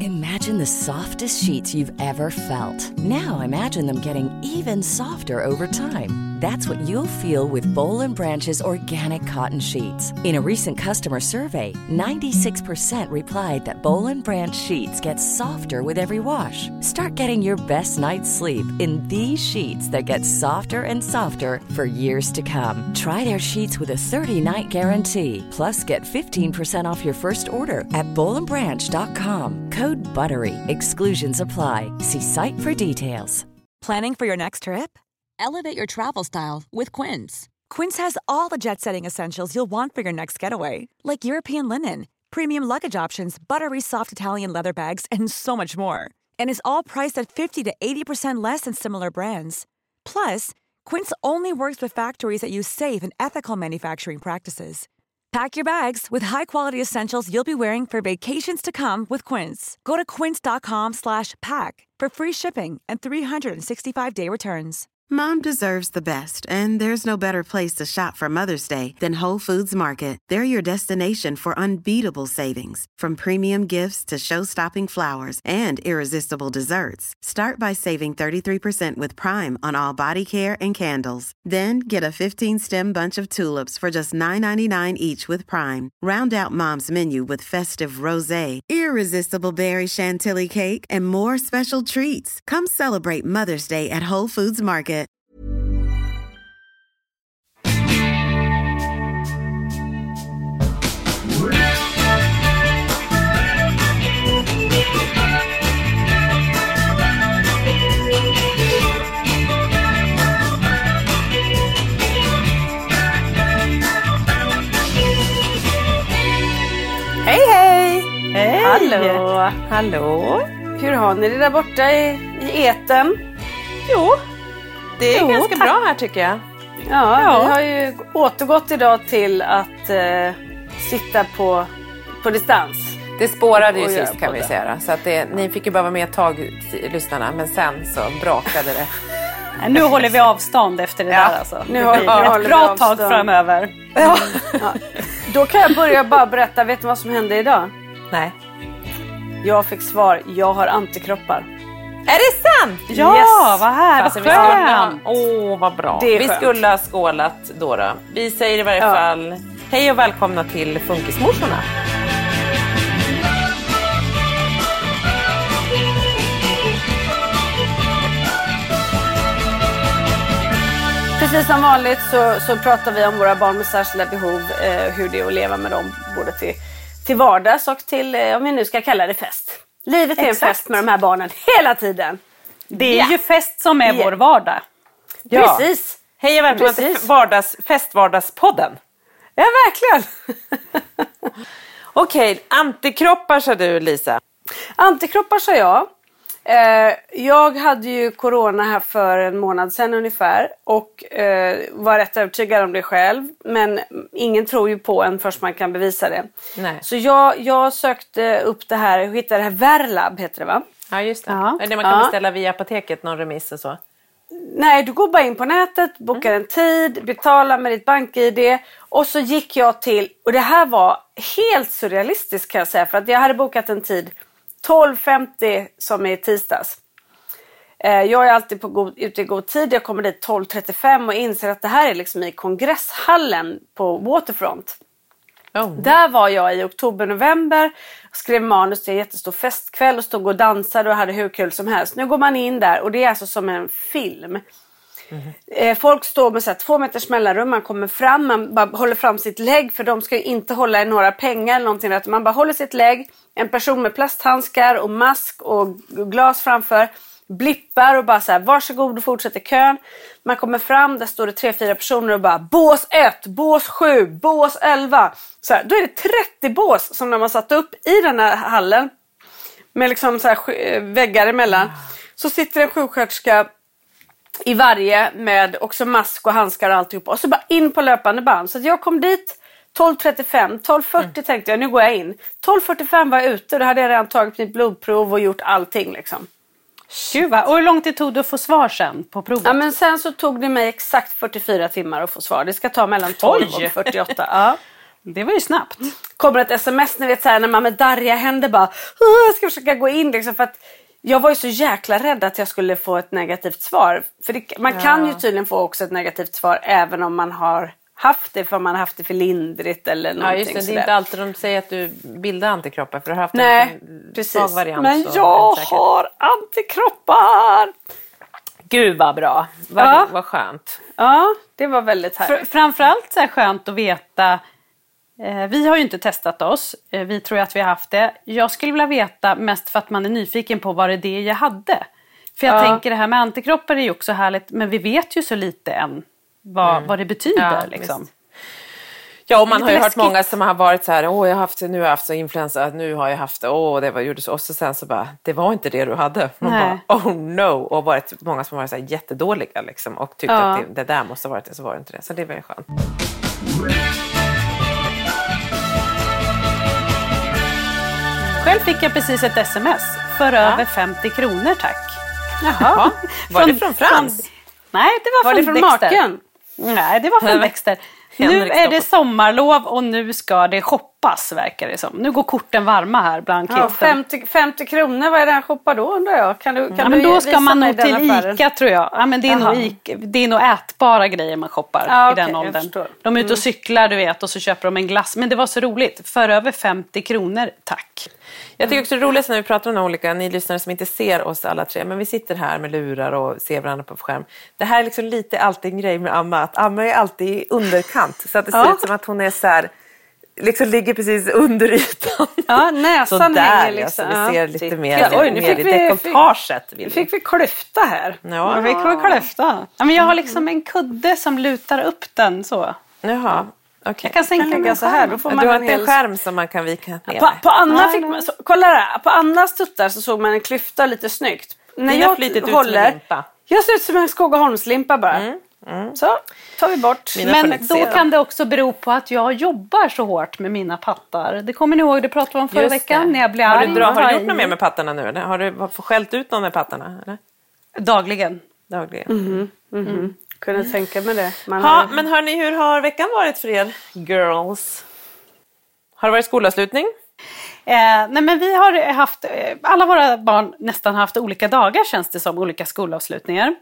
Imagine the softest sheets you've ever felt. Now imagine them getting even softer over time. That's what you'll feel with Boll & Branch's organic cotton sheets. In a recent customer survey, 96% replied that Boll & Branch sheets get softer with every wash. Start getting your best night's sleep in these sheets that get softer and softer for years to come. Try their sheets with a 30-night guarantee. Plus, get 15% off your first order at bollandbranch.com. Code BUTTERY. Exclusions apply. See site for details. Planning for your next trip? Elevate your travel style with Quince. Quince has all the jet-setting essentials you'll want for your next getaway, like European linen, premium luggage options, buttery soft Italian leather bags, and so much more. And is all priced at 50 to 80% less than similar brands. Plus, Quince only works with factories that use safe and ethical manufacturing practices. Pack your bags with high-quality essentials you'll be wearing for vacations to come with Quince. Go to quince.com/pack for free shipping and 365-day returns. Mom deserves the best, and there's no better place to shop for Mother's Day than Whole Foods Market. They're your destination for unbeatable savings, from premium gifts to show-stopping flowers and irresistible desserts. Start by saving 33% with Prime on all body care and candles. Then get a 15-stem bunch of tulips for just $9.99 each with Prime. Round out Mom's menu with festive rosé, irresistible berry chantilly cake, and more special treats. Come celebrate Mother's Day at Whole Foods Market. Hej hej! Hej! Hallå! Hur har ni det där borta i eten? Jo, det är ganska bra här tycker jag. Ja, vi har ju återgått idag till att sitta på distans. Det spårade ju sist kan vi säga. Så att ni fick ju bara vara med ett tag, lyssnarna. Men sen så brakade det. Nu håller vi avstånd efter det där alltså. Nu håller ett bra tag framöver. Ja. Då kan jag börja bara berätta, vet ni vad som hände idag? Nej. Jag fick svar, jag har antikroppar. Är det sant? Ja, yes. Vad här, vad skönt. Vad bra. Vi skönt. skulle ha skålat då. Vi säger i varje fall hej och välkomna till Funkismorsorna. Precis som vanligt så pratar vi om våra barn med särskilda behov, hur det är att leva med dem både till vardags och till, om vi nu ska kalla det fest. Livet är en fest med de här barnen hela tiden. Det är ju fest som är vår vardag. Ja. Precis. Hej och välkomna till Festvardagspodden. Ja, verkligen. Okej, antikroppar sa du, Lisa. Antikroppar sa jag. Jag hade ju corona här för en månad sedan ungefär och var rätt övertygad om det själv, men ingen tror ju på en först man kan bevisa det. Nej. Så jag sökte upp det här och hittade det här Verlab heter det, va? Ja, just det. Ja. Är det man kan beställa via apoteket, någon remiss och så? Nej, du går bara in på nätet, bokar en tid, betalar med ditt bank-ID och så gick jag till, och det här var helt surrealistiskt kan jag säga, för att jag hade bokat en tid 12.50 som är tisdags. Jag är alltid ute i god tid. Jag kommer dit 12.35 och inser att det här är liksom i kongresshallen på Waterfront. Där var jag i oktober-november och skrev manus till en jättestor festkväll och stod och dansade och hade hur kul som helst. Nu går man in där och det är alltså som en film. Folk står med så här 2 meters mellanrum, man kommer fram, man bara håller fram sitt lägg, för de ska ju inte hålla i några pengar eller någonting, utan man bara håller sitt lägg, en person med plasthandskar och mask och glas framför blippar och bara så här, varsågod och fortsätter kön. Man kommer fram, där står det 3-4 personer och bara bås 1, bås 7, bås 11. Så här, då är det 30 bås som de har satt upp i den här hallen med liksom så här väggar emellan. Så sitter en sjuksköterska i varje med också mask och handskar och alltihop. Och så bara in på löpande band. Så att jag kom dit 12.35, 12.40 tänkte jag, nu går jag in. 12.45 var jag ute, då hade jag redan tagit mitt blodprov och gjort allting liksom. Gud, och hur långt det tog du att få svar sen på provet? Ja, men sen så tog det mig exakt 44 timmar att få svar. Det ska ta mellan 12 och 48. Ja. Det var ju snabbt. Kommer ett sms, ni vet så här, när man med darriga händer bara jag ska försöka gå in liksom, för att jag var ju så jäkla rädd att jag skulle få ett negativt svar. För man kan ju tydligen få också ett negativt svar även om man har haft det, för man har haft det för lindrigt eller någonting. Ja, just det. Det är inte alltid de säger att du bildar antikroppar, för du har haft en svag variant. Men jag har antikroppar! Gud vad bra. Vad skönt. Ja, det var väldigt härligt. Framförallt så är skönt att veta. Vi har ju inte testat oss. Vi tror att vi har haft det. Jag skulle vilja veta mest för att man är nyfiken på vad det är jag hade. För jag tänker det här med antikroppar är ju också härligt. Men vi vet ju så lite än vad det betyder. Liksom. Visst. Ja, och man har ju hört många som har varit så här, nu har jag haft så influensa, nu har jag haft det, det var gjorde så. Och så sen så bara, det var inte det du hade. Man bara, oh no. Och varit många som har varit så här jättedåliga liksom, och tyckte att det där måste ha varit det, så var det inte det. Så det var ju skönt. Själv fick jag precis ett sms för över 50 kronor, tack. Jaha. Var det från Frans? Nej, det var från Dexter. Maken? Nej, det var från Dexter. Nu är det sommarlov och nu ska det shoppas, verkar det som. Nu går korten varma här bland kidsen. 50 kronor, vad är det han shoppar då, undrar jag? Kan du men då ska man nog till affären? Ica, tror jag. Ja, men det är nog ätbara grejer man shoppar i den åldern. De är ute och cyklar, du vet, och så köper de en glass. Men det var så roligt. För över 50 kronor, tack. Jag tycker också det är roligt när vi pratar om de olika, ni lyssnare som inte ser oss alla tre, men vi sitter här med lurar och ser varandra på skärm. Det här är liksom lite alltid en grej med Amma, att Amma är alltid i underkant, så att det ser ut som att hon är så här, liksom ligger precis under ytan. Ja, näsan så där, hänger liksom. Alltså, vi ser lite mer, oj, nu fick i dekolletaget. Nu fick vi klyfta här. Ja, vi fick klyfta. Ja, men jag har liksom en kudde som lutar upp den så. Jaha. Okay. Jag kan sänka mig så här. Då får man du har inte en skärm som man kan vika ner. På Anna fick man, kolla där, på Annas tuttar så såg man en klyfta lite snyggt. När jag håller, jag ser ut som en Skogaholmslimpa bara. Så tar vi bort. Men då kan det också bero på att jag jobbar så hårt med mina pattar. Det kommer ni ihåg, det pratade vi om förra veckan när jag blev arg. Har du gjort något mer med pattarna nu? Eller? Har du skällt ut någon med pattarna? Eller? Dagligen. Kunde tänka mig det. Men hörni, hur har veckan varit för er girls? Har det varit skolavslutning? Nej, men vi har haft, alla våra barn nästan haft olika dagar, känns det som, olika skolavslutningar.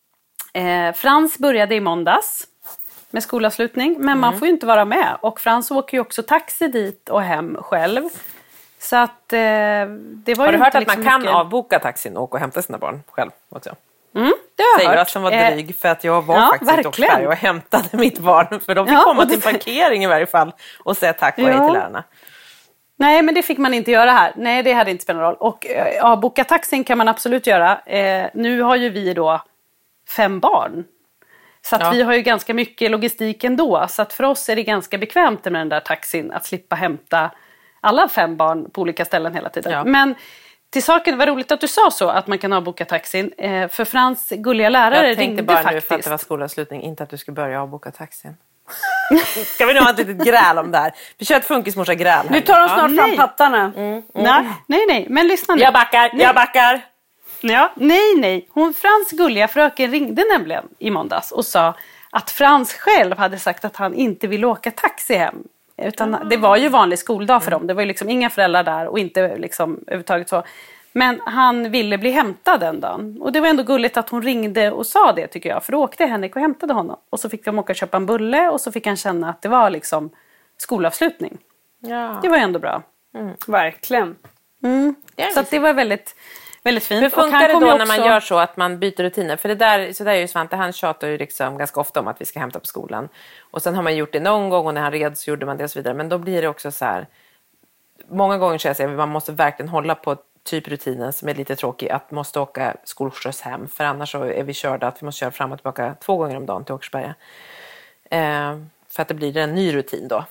Frans började i måndags med skolavslutning, men man får ju inte vara med. Och Frans åker ju också taxi dit och hem själv. Så att det var. Har du hört att liksom man kan avboka taxin och åka och hämta sina barn själv också? Det har jag säger hört. Jag som var dryg för att jag var faktiskt i Torsberg och hämtade mitt barn. För de fick komma till parkering i varje fall och säga tack och hej till lärarna. Nej, men det fick man inte göra här. Nej, det hade inte spelat roll. Och avboka taxin kan man absolut göra. Nu har ju vi då 5 barn. Så att vi har ju ganska mycket logistik ändå. Så att för oss är det ganska bekvämt med den där taxin att slippa hämta alla 5 barn på olika ställen hela tiden. Ja. Men till saken, var roligt att du sa så, att man kan avboka taxin. För Frans gulliga lärare ringde faktiskt. Jag tänkte bara nu för att det var skolavslutning, inte att du skulle börja avboka taxin. Ska vi nog ha ett litet gräl om det här? Vi kör ett funkismorsa-gräl här. Nu tar de snart fram pattarna. Nej, men lyssna nu. Jag backar. Ja, nej. Frans gulliga fröken ringde nämligen i måndags och sa att Frans själv hade sagt att han inte ville åka taxi hem. Utan det var ju vanlig skoldag för dem. Det var ju liksom inga föräldrar där och inte liksom överhuvudtaget så. Men han ville bli hämtad den dagen. Och det var ändå gulligt att hon ringde och sa det, tycker jag. För då åkte Henrik och hämtade honom. Och så fick de åka och köpa en bulle. Och så fick han känna att det var liksom skolavslutning. Ja. Det var ändå bra. Verkligen. Så att det var väldigt, väldigt fint. Hur funkar det då när man gör så att man byter rutiner? För det där, så där är ju Svante, han tjatar ju liksom ganska ofta om att vi ska hämta på skolan. Och sen har man gjort det någon gång och när han red så gjorde man det och så vidare. Men då blir det också så här, många gånger så jag säger att man måste verkligen hålla på typ rutinen som är lite tråkig, att måste åka skolskjuts hem. För annars så är vi körda att vi måste köra fram och tillbaka 2 gånger om dagen till Åkersberga. För att det blir en ny rutin då.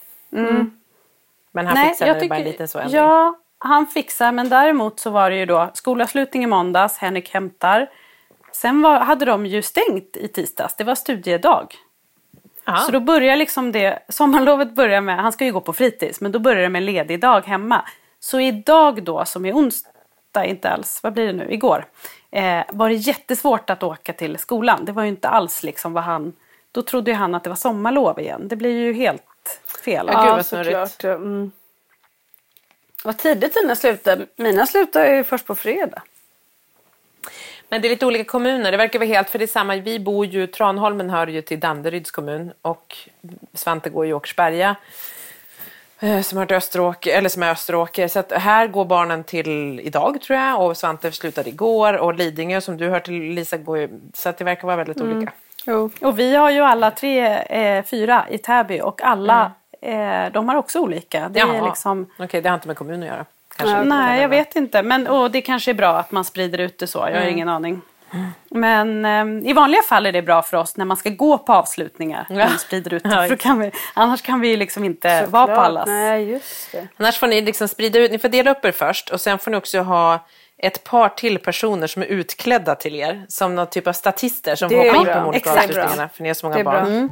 Men han fixar det bara lite så ändå. Ja, han fixar, men däremot så var det ju då skolavslutning i måndags, Henrik hämtar. Sen hade de ju stängt i tisdags, det var studiedag. Aha. Så då börjar liksom det, sommarlovet börjar med, han ska ju gå på fritids, men då börjar det med ledig dag hemma. Så idag då, som är onsdag, inte alls, vad blir det nu, igår, var det jättesvårt att åka till skolan. Det var ju inte alls liksom vad han, då trodde ju han att det var sommarlov igen. Det blir ju helt helt fel. Ja, gud Ja, vad snurrigt. såklart. Mm. Vad tidigt dina slutar. Mina slutar ju först på fredag. Men det är lite olika kommuner. Det verkar vara helt, för det är samma. Vi bor ju, Tranholmen hör ju till Danderyds kommun och Svante går i Åkersberga som har Österåker, eller som är Österåker. Så att här går barnen till idag tror jag, och Svante slutade igår, och Lidingö som du hör till Lisa går ju, så att det verkar vara väldigt olika. Jo. Och vi har ju alla 4 i Täby och alla de har också olika. Det är liksom... Okej, det har inte med kommun att göra. Nej, jag vet inte. Men det kanske är bra att man sprider ut det så. Jag har ingen aning. Men i vanliga fall är det bra för oss när man ska gå på avslutningar. När man sprider ut det. För annars kan vi liksom inte vara på allas. Nej, just det. Annars får ni liksom sprida ut. Ni får dela upp er först. Och sen får ni också ha ett par till personer som är utklädda till er. Som någon typ av statister som får hoppa in på de olika avslutningarna. För ni har så många barn.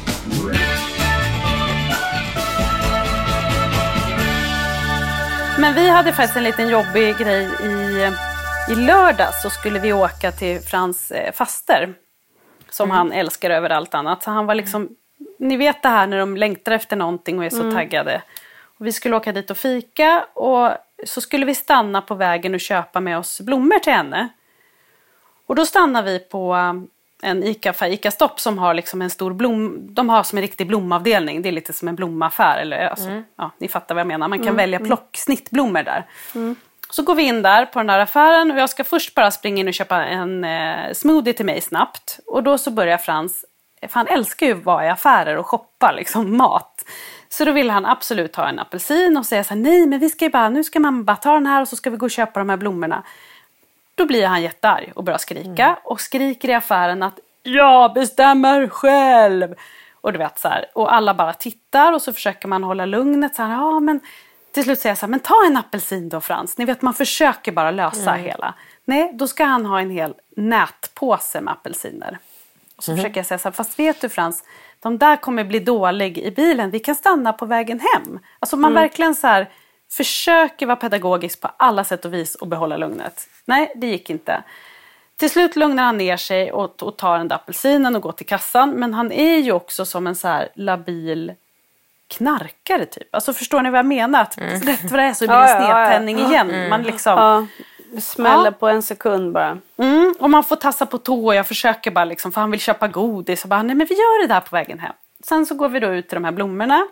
Men vi hade faktiskt en liten jobbig grej i lördags, så skulle vi åka till Frans faster som han älskar över allt annat. Så han var liksom, ni vet det här när de längtar efter någonting och är så taggade. Och vi skulle åka dit och fika, och så skulle vi stanna på vägen och köpa med oss blommor till henne. Och då stannar vi på en Ica-stopp som har liksom en stor de har som en riktig blomavdelning. Det är lite som en blomaffär. Eller, alltså, ja, ni fattar vad jag menar. Man kan välja snittblommor där. Så går vi in där på den där affären. Och jag ska först bara springa in och köpa en smoothie till mig snabbt. Och då så börjar Frans. För han älskar ju att vara i affärer och shoppa liksom mat. Så då vill han absolut ha en apelsin. Och säga så här, nej men vi ska ju bara, nu ska man bara ta den här. Och så ska vi gå och köpa de här blommorna. Då blir han jättearg och börjar skrika. Och skriker i affären att jag bestämmer själv. Och du vet så här. Och alla bara tittar. Och så försöker man hålla lugnet. Så här, ja men till slut säger jag så här. Men ta en apelsin då Frans. Ni vet man försöker bara lösa hela. Nej då ska han ha en hel nätpåse med apelsiner. Och så försöker jag säga så här. Fast vet du Frans. De där kommer bli dålig i bilen. Vi kan stanna på vägen hem. Alltså man verkligen så här. Försöker vara pedagogisk på alla sätt och vis och behålla lugnet. Nej, det gick inte. Till slut lugnar han ner sig och tar den där apelsinen och går till kassan. Men han är ju också som en så här labil knarkare typ. Alltså förstår ni vad jag menar? Att rätt vad det är så blir det snedtändning igen. Man liksom... Det smäller på en sekund bara. Och man får tassa på tå och jag försöker bara liksom, för han vill köpa godis. Och bara, nej men vi gör det där på vägen hem. Sen så går vi då ut till de här blommorna.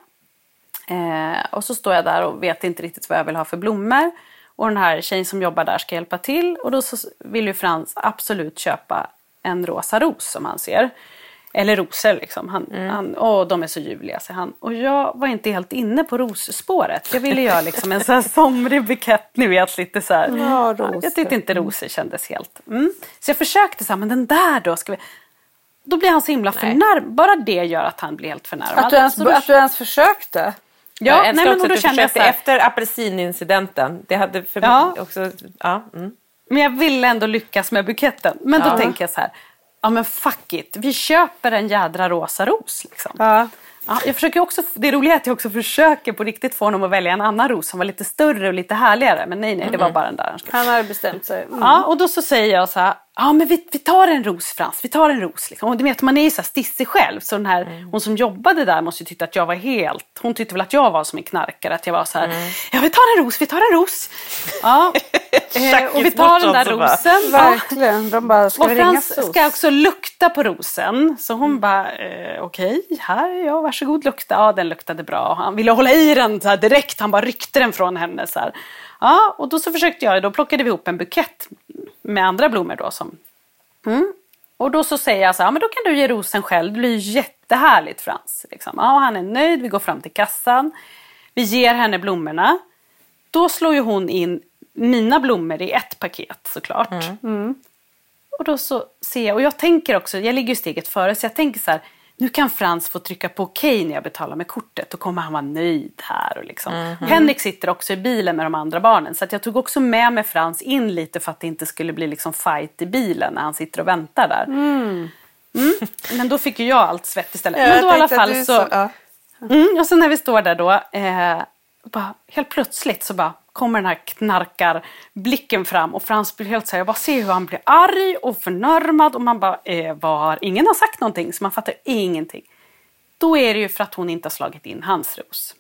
Och så står jag där och vet inte riktigt vad jag vill ha för blommor. Och den här tjejen som jobbar där ska hjälpa till. Och då så vill ju Frans absolut köpa en rosa ros som han ser. Eller rosor liksom. De är så ljuvliga, säger han. Och jag var inte helt inne på rosspåret. Jag ville göra liksom en sån här somrig bukett. Ni vet lite så här. Ja, jag tyckte inte rosor kändes helt. Så jag försökte så här, men den där då ska vi... Då blir han så himla förnärmad. Bara det gör att han blir helt förnärmad. Att du ens försökte? Ja, nej, men då kände jag så här, efter apelsinincidenten. Det hade för mig också... Ja, Men jag ville ändå lyckas med buketten. Men då tänker jag så här. Ja men fuck it. Vi köper en jädra rosa ros liksom. Ja, jag försöker också, det är roligt att jag också försöker på riktigt få honom att välja en annan ros som var lite större och lite härligare. Men nej, det var bara den där. Han hade bestämt sig. Ja, och då så säger jag så här, ja men vi tar en ros Frans, vi tar en ros. Liksom. Och du vet, man är ju så här stissig själv. Så den här, hon som jobbade där måste ju tycka att jag var helt, hon tyckte väl att jag var som en knarkare. Att jag var så här, ja vi tar en ros. Ja, och vi tar den där rosen. Verkligen, de bara, ska och vi ringa Frans ska också lukta på rosen. Så hon bara, okej, här, ja varsågod lukta. Ja, den luktade bra. Han ville hålla i den så här direkt, han bara ryckte den från henne så här. Ja, och då så försökte jag, då plockade vi ihop en bukett med andra blommor då som... Och då så säger jag så här, ja men då kan du ge rosen själv, det blir jättehärligt Frans. Liksom. Ja, han är nöjd, vi går fram till kassan, vi ger henne blommorna. Då slår ju hon in mina blommor i ett paket såklart. Och då så ser jag, och jag tänker också, jag ligger ju steget före, så jag tänker så här, nu kan Frans få trycka på okej när jag betalar med kortet. Då kommer han vara nöjd här. Och liksom. Henrik sitter också i bilen med de andra barnen. Så att jag tog också med Frans in lite för att det inte skulle bli liksom fight i bilen när han sitter och väntar där. Men då fick ju jag allt svett istället. Ja, men då i alla fall så... och sen när vi står där då, bara, helt plötsligt så bara kommer den här knarkarblicken fram. Och Frans blir helt så här, jag bara ser hur han blir arg och förnärmad. Och man bara, ingen har sagt någonting så man fattar ingenting. då är det ju för att hon inte har slagit in hans ros.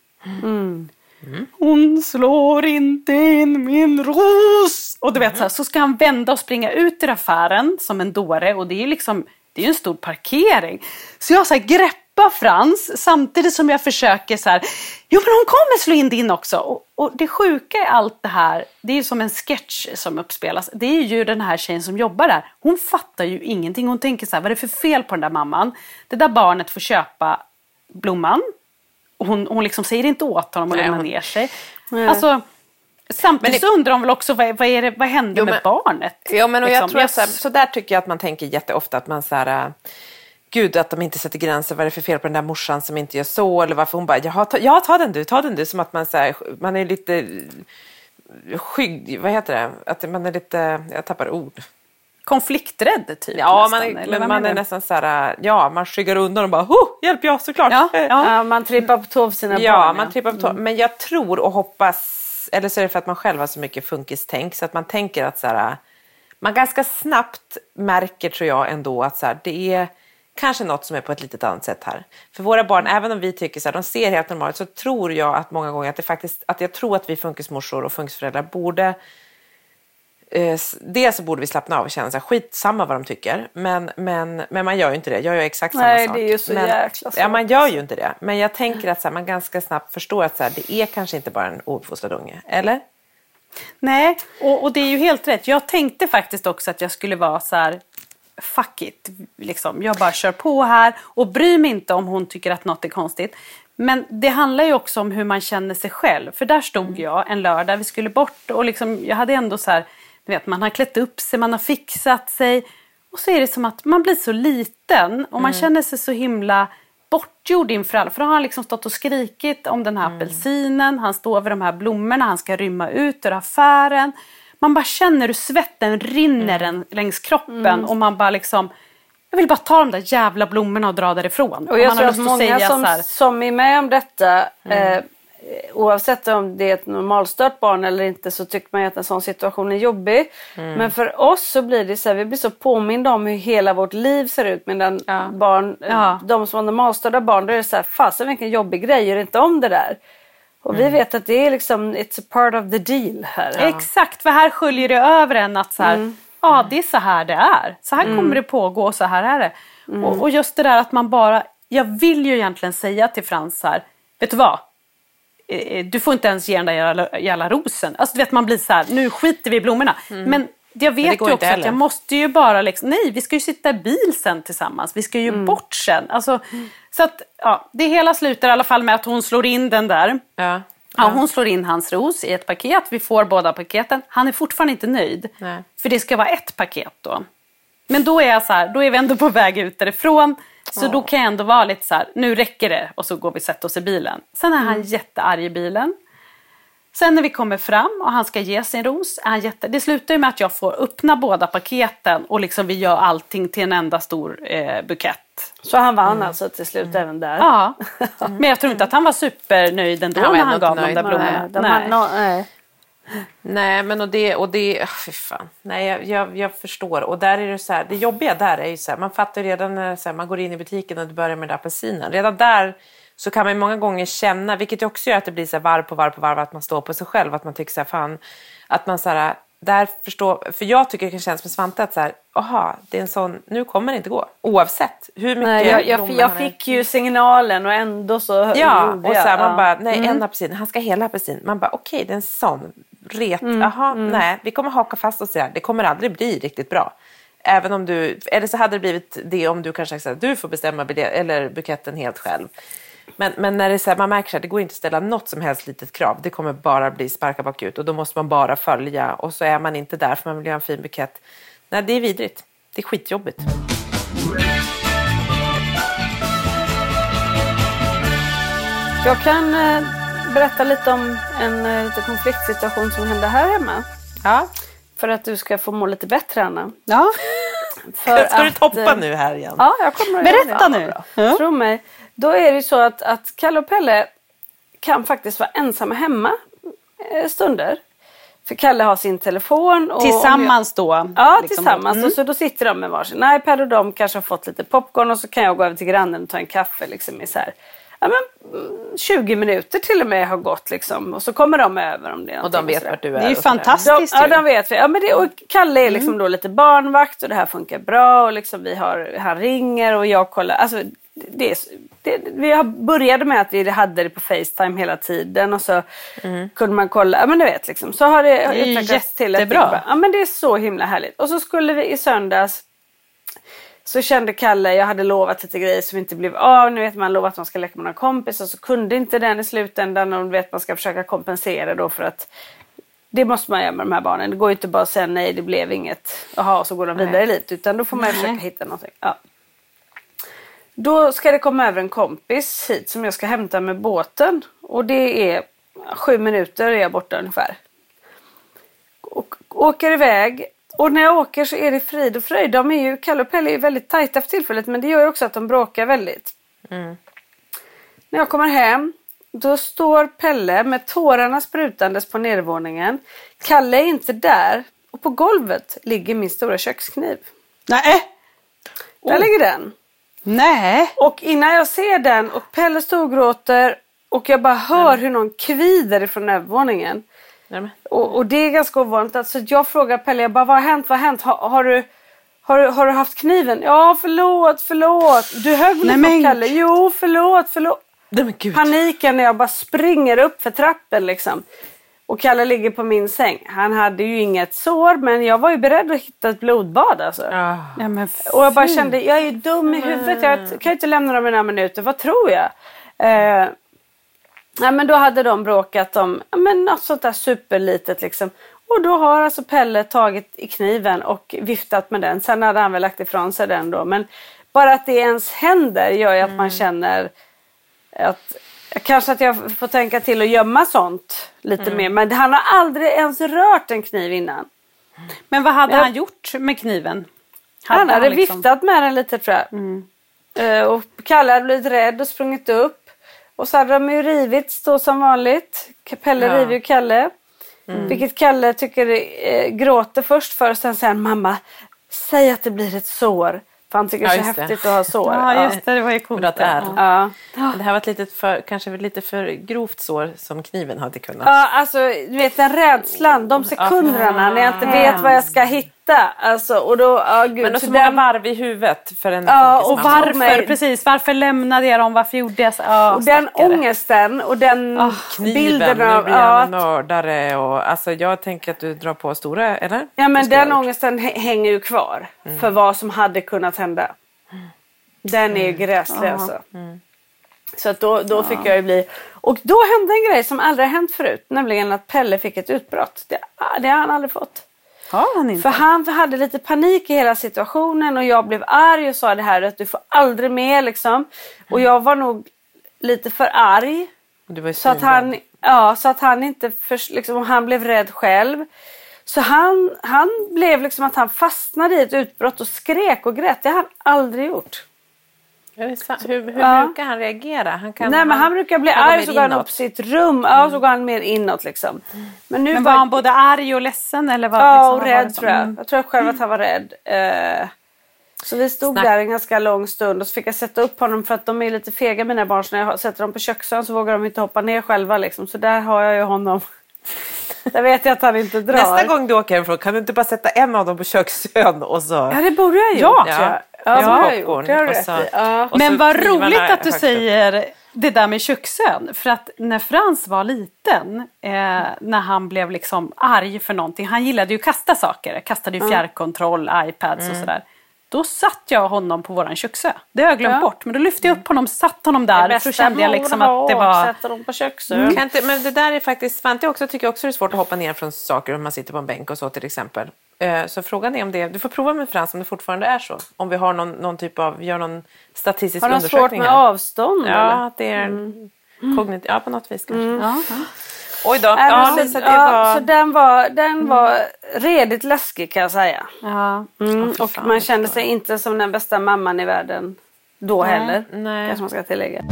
Hon slår inte in min ros. Och du vet så ska han vända och springa ut ur affären som en dåre. Och det är ju liksom, det är ju en stor parkering. Så jag så här greppar Frans samtidigt som jag försöker så här, jo men hon kommer slå in din också. Och det sjuka i allt det här, det är ju som en sketch som uppspelas. Det är ju den här tjejen som jobbar där. Hon fattar ju ingenting. Hon tänker så här, vad är det för fel på den där mamman? Det där barnet får köpa blomman. Hon liksom säger inte åt honom och lämnar ner sig. Alltså, samtidigt så undrar hon väl också vad händer med barnet? Ja, men och liksom. jag tror så där tycker jag att man tänker jätteofta att man så här, gud att de inte sätter gränser, vad är det för fel på den där morsan som inte gör så, eller varför hon bara, ta den du, som att man så här, man är lite skygg, vad heter det? Att man är lite, jag tappar ord. Konflikträdd typ. Ja, nästan, man är nästan så här, man skyggar undan och bara, hjälp jag såklart. Ja, man trippar på tå för sina barn. Ja, man trippar på tå. Men jag tror och hoppas, eller så är det för att man själv har så mycket funkistänk, så att man tänker att så här, man ganska snabbt märker, tror jag ändå, att så här, det är kanske något som är på ett litet annat sätt här. För våra barn, även om vi tycker så här, de ser helt normalt, så tror jag att många gånger att det faktiskt, att jag tror att vi funkismorsor och funkisföräldrar borde, dels så borde vi slappna av och känna så här, skitsamma vad de tycker, men man gör ju inte det. Jag gör exakt samma sak. Nej, det är ju så jäkla svårt. Ja, man gör ju inte det. Men jag tänker att så här, man ganska snabbt förstår att så här, det är kanske inte bara en ouppfostrad unge, eller? Nej, och det är ju helt rätt. Jag tänkte faktiskt också att jag skulle vara så här, fuck it, liksom. Jag bara kör på här och bryr mig inte om hon tycker att något är konstigt. Men det handlar ju också om hur man känner sig själv. För där stod jag en lördag, vi skulle bort och liksom, jag hade ändå så här, du vet, man har klätt upp sig, man har fixat sig. Och så är det som att man blir så liten och man känner sig så himla bortgjord inför alla. För då har han liksom stått och skrikit om den här apelsinen. Han står över de här blommorna, han ska rymma ut ur affären. Man bara känner hur svetten rinner längs kroppen och man bara liksom, jag vill bara ta de där jävla blommorna och dra därifrån. Och jag tror att många som är med om detta, oavsett om det är ett normalstört barn eller inte, så tycker man att en sån situation är jobbig. Men för oss så blir det så här, vi blir så påminda om hur hela vårt liv ser ut. Medan barn, de som har normalstörda barn, då är det så här, fasen vilken jobbig grej, gör inte om det där. Och vi vet att det är liksom, it's a part of the deal här. Exakt, för här sköljer det över en att så här, det är så här det är. Så här kommer det pågå och så här är det. Och just det där att man bara, jag vill ju egentligen säga till Frans här, vet du vad? Du får inte ens ge den där jävla rosen. Alltså du vet, man blir så här, nu skiter vi i blommorna. Men jag vet ju också att jag måste ju bara liksom, nej, vi ska ju sitta i bil sen tillsammans. Vi ska ju bort sen. Alltså, så att, det hela slutar i alla fall med att hon slår in den där. Hon slår in hans ros i ett paket. Vi får båda paketen. Han är fortfarande inte nöjd. Nej. För det ska vara ett paket då. Men då är jag så här, då är vi ändå på väg ut därifrån. Så då kan jag ändå vara lite så här, nu räcker det. Och så går vi och sätter oss i bilen. Sen är han jättearg i bilen. Sen när vi kommer fram och han ska ge sin ros, är han det slutar ju med att jag får öppna båda paketen och liksom vi gör allting till en enda stor bukett. Så han vann alltså till slut även där? Ja, men jag tror inte att han var supernöjd ändå när han gav de där blommorna. Nej, men och det fy fan. Nej, jag förstår. Och där är det så här, det jobbiga där är ju så här, man fattar redan när så här, man går in i butiken och du börjar med den apelsinen. Redan där så kan man många gånger känna, vilket också gör att det blir så här varv på varv, att man står på sig själv, att man tycker så här, fan, att man så här, där förstår, för jag tycker det kan kännas med Svante att så här, det är en sån, nu kommer det inte gå, oavsett hur mycket. Jag fick ju signalen och ändå så och så här, man bara, nej, en apelsin, han ska hela apelsin. Man bara, okej, det är en sån nej, vi kommer haka fast oss där. Det kommer aldrig bli riktigt bra. Även om du, eller så hade det blivit det om du kanske sagt att du får bestämma eller buketten helt själv. Men när det är så här, man märker att det går inte att ställa något som helst litet krav. Det kommer bara bli sparka bakut och då måste man bara följa. Och så är man inte där för man vill ha en fin bukett. Nej, det är vidrigt. Det är skitjobbigt. Jag kan berätta lite om en liten konfliktsituation som hände här hemma. Ja. För att du ska få må lite bättre, Anna. Ja. Ska du toppa nu här igen? Ja, jag kommer att berätta nu. Ja. Tro mig. Då är det ju så att Kalle och Pelle kan faktiskt vara ensamma hemma stunder. För Kalle har sin telefon. Och tillsammans då? Ja, tillsammans. Och så då sitter de med varsin iPad och de kanske har fått lite popcorn och så kan jag gå över till grannen och ta en kaffe liksom i så här. Ja, men 20 minuter till och med har gått liksom. Och så kommer de över om det är. Och de vet vart du är. Det är ju fantastiskt. Ja, de vet. Ja, men det, och Kalle är liksom då lite barnvakt och det här funkar bra. Och liksom han ringer och jag kollar. Alltså, vi började med att vi hade det på FaceTime hela tiden. Och så kunde man kolla. Ja, men du vet liksom. Så har det utvecklats till ett bra. Ja, men det är så himla härligt. Och så skulle vi i söndags. Så kände Kalle, jag hade lovat lite grejer som inte blev av. Nu vet man lovat att man ska leka med några kompisar. Så kunde inte den i slutändan. Och vet man ska försöka kompensera då för att det måste man göra med de här barnen. Det går ju inte bara att säga nej, det blev inget. Jaha, och så går de vidare lite. Utan då får man försöka hitta någonting. Ja. Då ska det komma över en kompis hit som jag ska hämta med båten. Och det är 7 minuter är jag borta ungefär. Och åker iväg. Och när jag åker så är det frid och fröjd. Kalle och Pelle är väldigt tajta för tillfället. Men det gör ju också att de bråkar väldigt. När jag kommer hem. Då står Pelle med tårarna sprutandes på nedervåningen. Kalle är inte där. Och på golvet ligger min stora kökskniv. Nej. Där ligger den. Nej. Och innan jag ser den och Pelle storgråter. Och jag bara hör hur någon kvider ifrån övervåningen. Och det är ganska ovanligt. Alltså jag frågar Pelle, jag bara, vad har hänt? Har du haft kniven? Ja, förlåt. Du högg lite på Kalle. Jo, förlåt. Paniken när jag bara springer upp för trappen liksom. Och Kalle ligger på min säng. Han hade ju inget sår, men jag var ju beredd att hitta ett blodbad alltså. Ja, men och jag bara kände, jag är ju dum i huvudet. Jag kan ju inte lämna dem i några minuter. Vad tror jag? Ja, men då hade de bråkat om något sånt där superlitet liksom. Och då har alltså Pelle tagit i kniven och viftat med den. Sen hade han väl lagt ifrån sig den då. Men bara att det ens händer gör ju att man känner att kanske att jag får tänka till att gömma sånt lite mer. Men han har aldrig ens rört en kniv innan. Men vad hade han gjort med kniven? Han hade viftat med den lite tror jag. Och Kalle hade blivit rädd och sprungit upp. Och så hade de ju rivits då som vanligt. Pelle river ju Kalle. Vilket Kalle tycker gråter först för. Och sen säger han, mamma, säg att det blir ett sår. För han tycker det är så häftigt att ha sår. Ja, just det. Det var ju coolt. Ja. Det här var kanske lite för grovt sår som kniven hade kunnat. Ja, alltså, du vet den rädslan. De sekunderna när jag inte vet vad jag ska hitta. Alltså, och då, gud. Men så många varv i huvudet för en och varför lämnade jag dem? Varför gjorde jag så? Och den ångesten och den bilden av mördare. Och, alltså, jag tänker att du drar på stora, eller? Ja, men den ångesten hänger ju kvar. För vad som hade kunnat hända. Den är ju gräslig alltså. Så att då fick jag ju bli. Och då hände en grej som aldrig hänt förut. Nämligen att Pelle fick ett utbrott. Det har han aldrig fått. Han inte. För han hade lite panik i hela situationen. Och jag blev arg och sa det här att du får aldrig mer liksom. Och jag var nog lite för arg. Så att han inte liksom, han blev rädd själv. Så han blev liksom att han fastnade i ett utbrott och skrek och grät. Det har han aldrig gjort. Hur brukar han reagera? Han brukar bli arg så går han upp sitt rum. Ja, så går han mer inåt liksom. Men var han både arg och ledsen? Eller var, ja, och rädd tror jag. Jag tror själv att han var rädd. Så vi stod där en ganska lång stund. Och så fick jag sätta upp honom för att de är lite fega mina barn. Så när jag sätter dem på köksön så vågar de inte hoppa ner själva liksom. Så där har jag ju honom. Där vet jag att han inte drar. Nästa gång du åker härifrån kan du inte bara sätta en av dem på köksön och så... Ja, det borde jag gjort. Men vad roligt att du säger det där med köksön. För att när Frans var liten, när han blev liksom arg för någonting. Han gillade ju att kasta saker. Kastade ju fjärrkontroll, iPads och sådär. Då satt jag honom på våran köksö. Det har jag glömt bort. Men då lyfte jag upp honom, satt honom där. Så kände jag liksom att det var... Sätta dem på köksö. Men det där är faktiskt... Svante också tycker också det är svårt att hoppa ner från saker om man sitter på en bänk och så till exempel. Så frågan är om det... Du får prova med Frans om det fortfarande är så. Om vi har någon typ av... Gör någon statistisk undersökning. Har de svårt med avstånd? Ja, eller? det är kognitivt. Ja, på något vis kanske. Ja. Oj då. Så den var redigt läskig kan jag säga. Ja. Och man kände sig inte som den bästa mamman i världen då heller. Nej. Kanske man ska tillägga.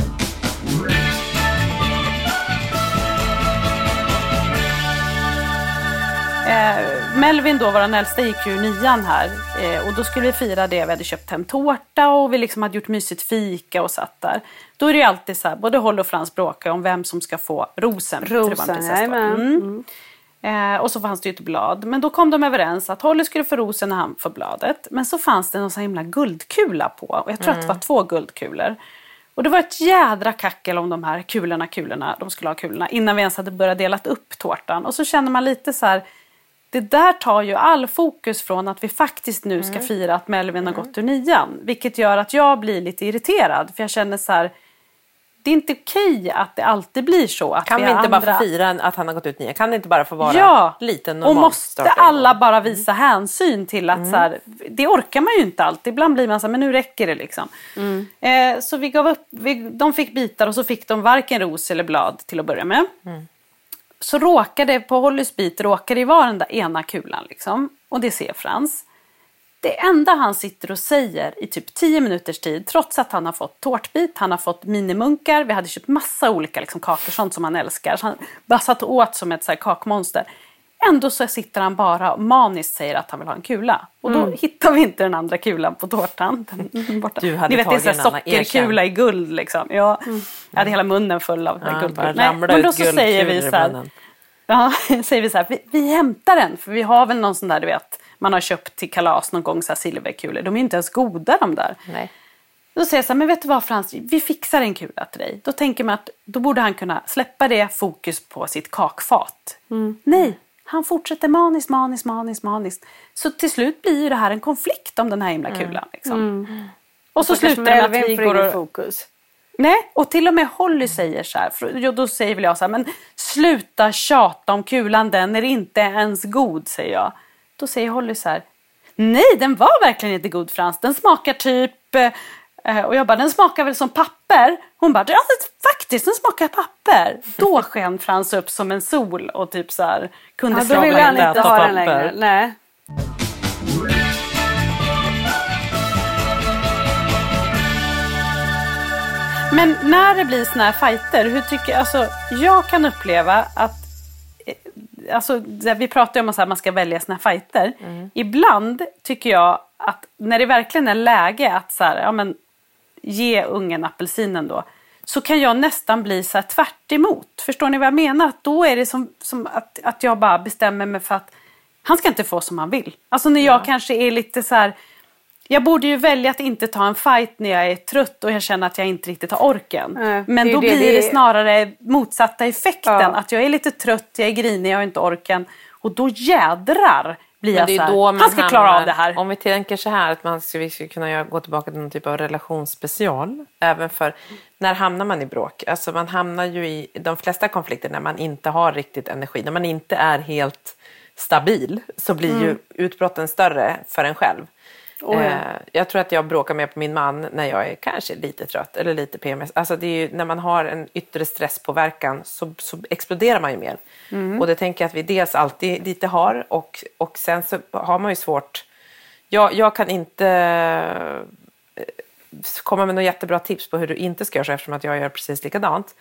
Melvin då, vår äldsta, gick ju 9:an här. Och då skulle vi fira det. Vi hade köpt hem tårta och vi liksom hade gjort mysigt fika och satt där. Då är det ju alltid så här, både Holly och Frans bråkar om vem som ska få rosen. Och så fanns det ju ett blad. Men då kom de överens att Holly skulle få rosen när han får bladet. Men så fanns det någon så himla guldkula på. Och jag tror att det var 2 guldkulor. Och det var ett jädra kackel om de här kulorna. De skulle ha kulorna innan vi ens hade börjat delat upp tårtan. Och så känner man lite så här, det där tar ju all fokus från att vi faktiskt nu ska fira att Melvin har gått ur 9:an. Vilket gör att jag blir lite irriterad. För jag känner så här, det är inte okej att det alltid blir så. Att kan vi inte bara få fira att han har gått ut 9? Kan det inte bara få vara lite normalt? Och måste alla bara visa hänsyn till att så här, det orkar man ju inte alltid. Ibland blir man så här, men nu räcker det liksom. Så vi gav upp, de fick bitar och så fick de varken ros eller blad till att börja med. Så råkade på Hollys bit råkade det vara den där ena kulan liksom. Och det ser Frans. Det enda han sitter och säger i typ 10 minuters tid, trots att han har fått tårtbit, han har fått minimunkar, vi hade köpt massa olika liksom, kakor, sånt som han älskar. Så han bara satt åt som ett så här, kakmonster. Ändå så sitter han bara och maniskt säger att han vill ha en kula. Och då hittar vi inte den andra kulan på tårtan. Borta. Du hade ni vet, tagit det är så sockerkula i guld liksom. Jag hade hela munnen full av guldkul. Men då så säger vi så här, vi hämtar den, för vi har väl någon sån där, du vet, man har köpt till kalas någon gång så här silverkulor. De är inte ens goda de där. Nej. Då säger jag så här, men vet du vad Frans, vi fixar en kula till dig. Då tänker man att då borde han kunna släppa det fokus på sitt kakfat. Nej, han fortsätter maniskt. Så till slut blir ju det här en konflikt om den här himla kulan. Liksom. Och så slutar det med att vi går och fokus. Nej, och till och med Holly säger så här, för då säger väl jag så här, men sluta tjata om kulan, den är inte ens god, säger jag. Då säger Holly så här, nej, den var verkligen inte god Frans. Den smakar typ, och jag bara, den smakar väl som papper. Hon bara, ja, faktiskt, den smakar papper. Då sken Frans upp som en sol och typ så här, kunde då vill han inte ha den längre. Nej. Men när det blir såna här fighter, hur tycker alltså, jag kan uppleva att alltså, vi pratar ju om att man ska välja såna här fighter. Ibland tycker jag att när det verkligen är läge att så här, ja, men, ge ungen apelsinen då, så kan jag nästan bli så här tvärt emot. Förstår ni vad jag menar? Att då är det som att jag bara bestämmer mig för att han ska inte få som han vill. Alltså när jag kanske är lite så här, jag borde ju välja att inte ta en fight när jag är trött och jag känner att jag inte riktigt har orken. Men då blir det snarare motsatta effekten. Att jag är lite trött, jag är grinig, jag har inte orken. Och då jädrar blir jag så här, han ska klara av det här. Om vi tänker så här att vi ska kunna gå tillbaka till någon typ av relationsspecial. Även för, när hamnar man i bråk? Alltså man hamnar ju i de flesta konflikter när man inte har riktigt energi. När man inte är helt stabil så blir ju utbrotten större för en själv. Jag tror att jag bråkar med på min man när jag är kanske lite trött eller lite PMS. Alltså det är ju, när man har en yttre stresspåverkan så exploderar man ju mer. Och det tänker jag att vi dels alltid lite har och sen så har man ju svårt. Jag kan inte komma med några jättebra tips på hur du inte ska göra så, eftersom att jag gör precis likadant.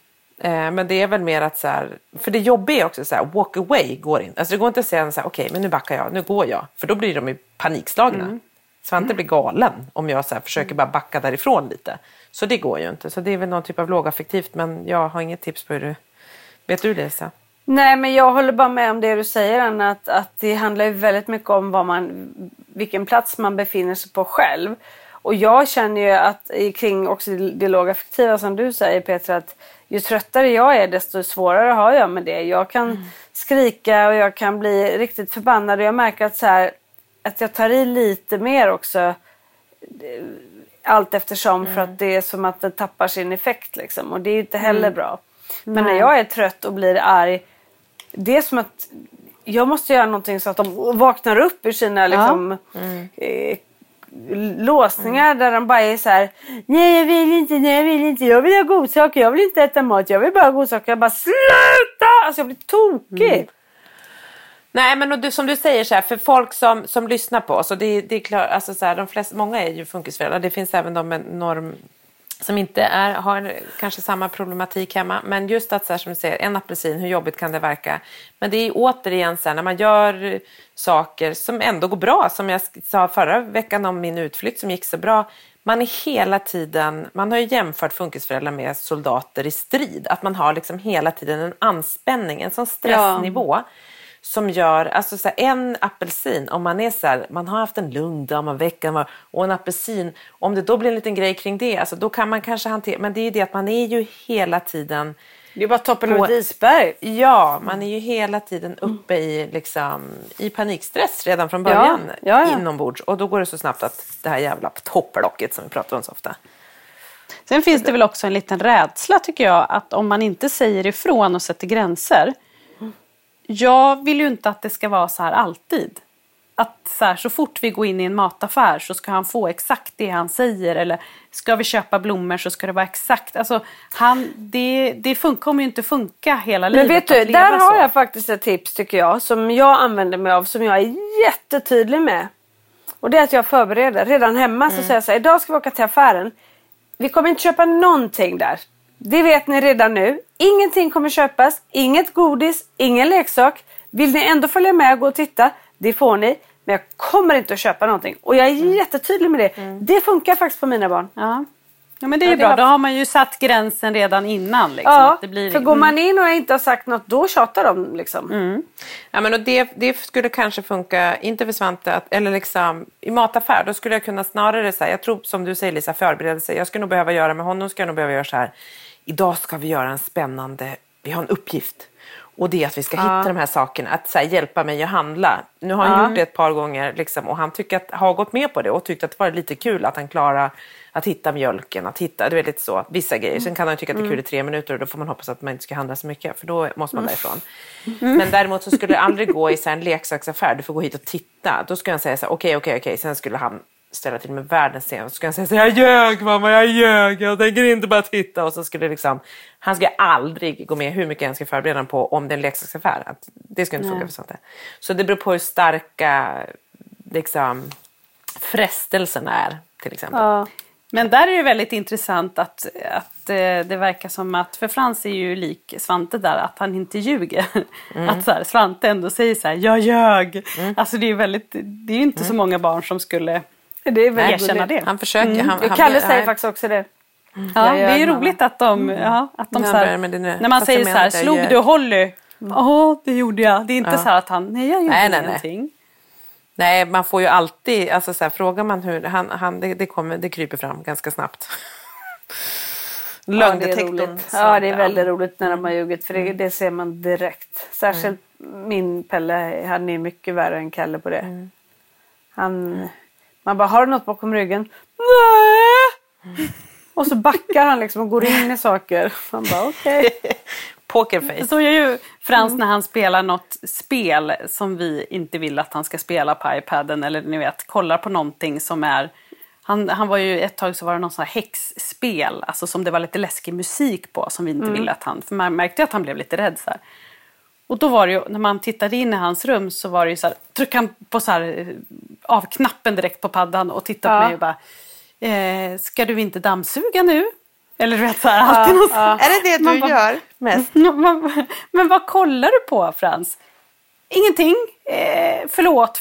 Men det är väl mer att så här, för det jobbiga är också så här, walk away går in. Alltså det går inte att säga så här, okej, men nu backar jag, nu går jag. För då blir de ju panikslagna. Svante blir galen om jag så här försöker bara backa därifrån lite. Så det går ju inte. Så det är väl någon typ av lågaffektivt, men jag har inget tips på hur du... Vet du det, så? Nej, men jag håller bara med om det du säger, Anna, att det handlar ju väldigt mycket om vilken plats man befinner sig på själv. Och jag känner ju att kring också det lågaffektiva som du säger, Petra, att ju tröttare jag är desto svårare har jag med det. Jag kan skrika och jag kan bli riktigt förbannad och jag märker att, så här, att jag tar i lite mer också allt eftersom för att det är som att den tappar sin effekt liksom. Och det är ju inte heller bra. Men när jag är trött och blir arg, det är som att jag måste göra någonting så att de vaknar upp ur sina liksom, låsningar där de bara är så här: nej jag vill inte, jag vill ha godsaker, jag vill inte äta mat, jag vill bara ha godsaker. Jag bara sluta! Alltså jag blir tokig. Nej, men och du, som du säger så här, för folk som lyssnar på oss, och det är klart, alltså så här, många är ju funkisföräldrar, det finns även de med som inte har kanske samma problematik hemma. Men just att så här, som du säger, en apelsin, hur jobbigt kan det verka? Men det är återigen så här, när man gör saker som ändå går bra. Som jag sa förra veckan om min utflykt som gick så bra. Man är hela tiden, man har ju jämfört funkisföräldrar med soldater i strid. Att man har liksom hela tiden en anspänning, en sån stressnivå. Som gör, alltså så här, en apelsin, om man är så här, man har haft en lugn dag, man veckan och en apelsin, om det då blir en liten grej kring det, alltså då kan man kanske hantera, men det är ju det att man är ju hela tiden. Det är bara toppen av ett isberg. Ja, man är ju hela tiden uppe i, liksom, i panikstress redan från början inombords. Och då går det så snabbt att det här jävla topplocket som vi pratar om så ofta. Sen finns det väl också en liten rädsla tycker jag, att om man inte säger ifrån och sätter gränser. Jag vill ju inte att det ska vara så här alltid. Att så fort vi går in i en mataffär så ska han få exakt det han säger. Eller ska vi köpa blommor så ska det vara exakt. Alltså, det kommer ju inte funka hela livet. Men vet du, där har jag faktiskt ett tips tycker jag. Som jag använder mig av, som jag är jättetydlig med. Och det är att jag förbereder. Redan hemma så säger jag så här, idag ska vi åka till affären. Vi kommer inte köpa någonting där. Det vet ni redan nu. Ingenting kommer köpas. Inget godis. Ingen leksak. Vill ni ändå följa med och gå och titta? Det får ni. Men jag kommer inte att köpa någonting. Och jag är jättetydlig med det. Det funkar faktiskt på mina barn. Ja men det är ju bra. Då har man ju satt gränsen redan innan. Liksom, ja, att det blir... för går man in och inte har sagt något, då tjatar de liksom. Ja, men och det skulle kanske funka, inte för Svante, eller liksom i mataffär, då skulle jag kunna snarare säga, jag tror som du säger Lisa, förberedelse. Jag skulle nog behöva göra med honom, ska jag nog behöva göra så här. Idag ska vi göra en spännande, vi har en uppgift. Och det är att vi ska hitta de här sakerna, att så här, hjälpa mig att handla. Nu har han gjort det ett par gånger liksom, och han har gått med på det och tyckt att det var lite kul att han klarar att hitta mjölken, att hitta, det är lite så, vissa grejer. Sen kan han tycka att det är kul i 3 minuter och då får man hoppas att man inte ska handla så mycket, för då måste man därifrån. Men däremot så skulle det aldrig gå i så här en leksaksaffär, du får gå hit och titta. Då skulle han säga så här, okej. Sen skulle han ställa till med världens scen. Så skulle han säga så här, jag ljög mamma, jag tänker inte bara titta. Och så skulle liksom, han skulle aldrig gå med hur mycket han ska förbereda på om det är en leksaksaffär. Att det skulle inte funka för sånt där. Så det beror på hur starka liksom, frestelsen är till exempel. Ja. Men där är det väldigt intressant att det verkar som att, för Frans är ju lik Svante där, att han inte ljuger. Att så här, Svante ändå säger så här, jag ljög. Alltså det är ju inte så många barn som skulle erkänna det. Han försöker. Kalle säger faktiskt också det. Ja, det är ju roligt att de så här, när man säger så här, slog du Holly? Ja, det gjorde jag. Det är inte så här att han, nej jag gjorde ingenting. Nej, man får ju alltid, alltså så här, frågar man hur, det kryper fram ganska snabbt. Lögndetektorn. Ja, det är väldigt roligt när de har ljugit, för det ser man direkt. Särskilt min Pelle, han är mycket värre än Kalle på det. Man bara, har du något bakom ryggen? Nej! Och så backar han liksom och går in i saker. Man bara, okej. Pokerface. Så gör ju Frans när han spelar något spel som vi inte vill att han ska spela på iPaden, eller ni vet, kollar på någonting som är, han var ju ett tag så var det någon sån här häxspel, alltså som det var lite läskig musik på, som vi inte ville att han, för man märkte att han blev lite rädd så här. Och då var det ju, när man tittade in i hans rum så var det ju så här, tryckte han på så här av knappen direkt på paddan och tittade på mig och bara, ska du inte dammsuga nu? Eller vet så här, alltid något. Är det du gör mest? Men vad kollar du på, Frans? Ingenting. Förlåt.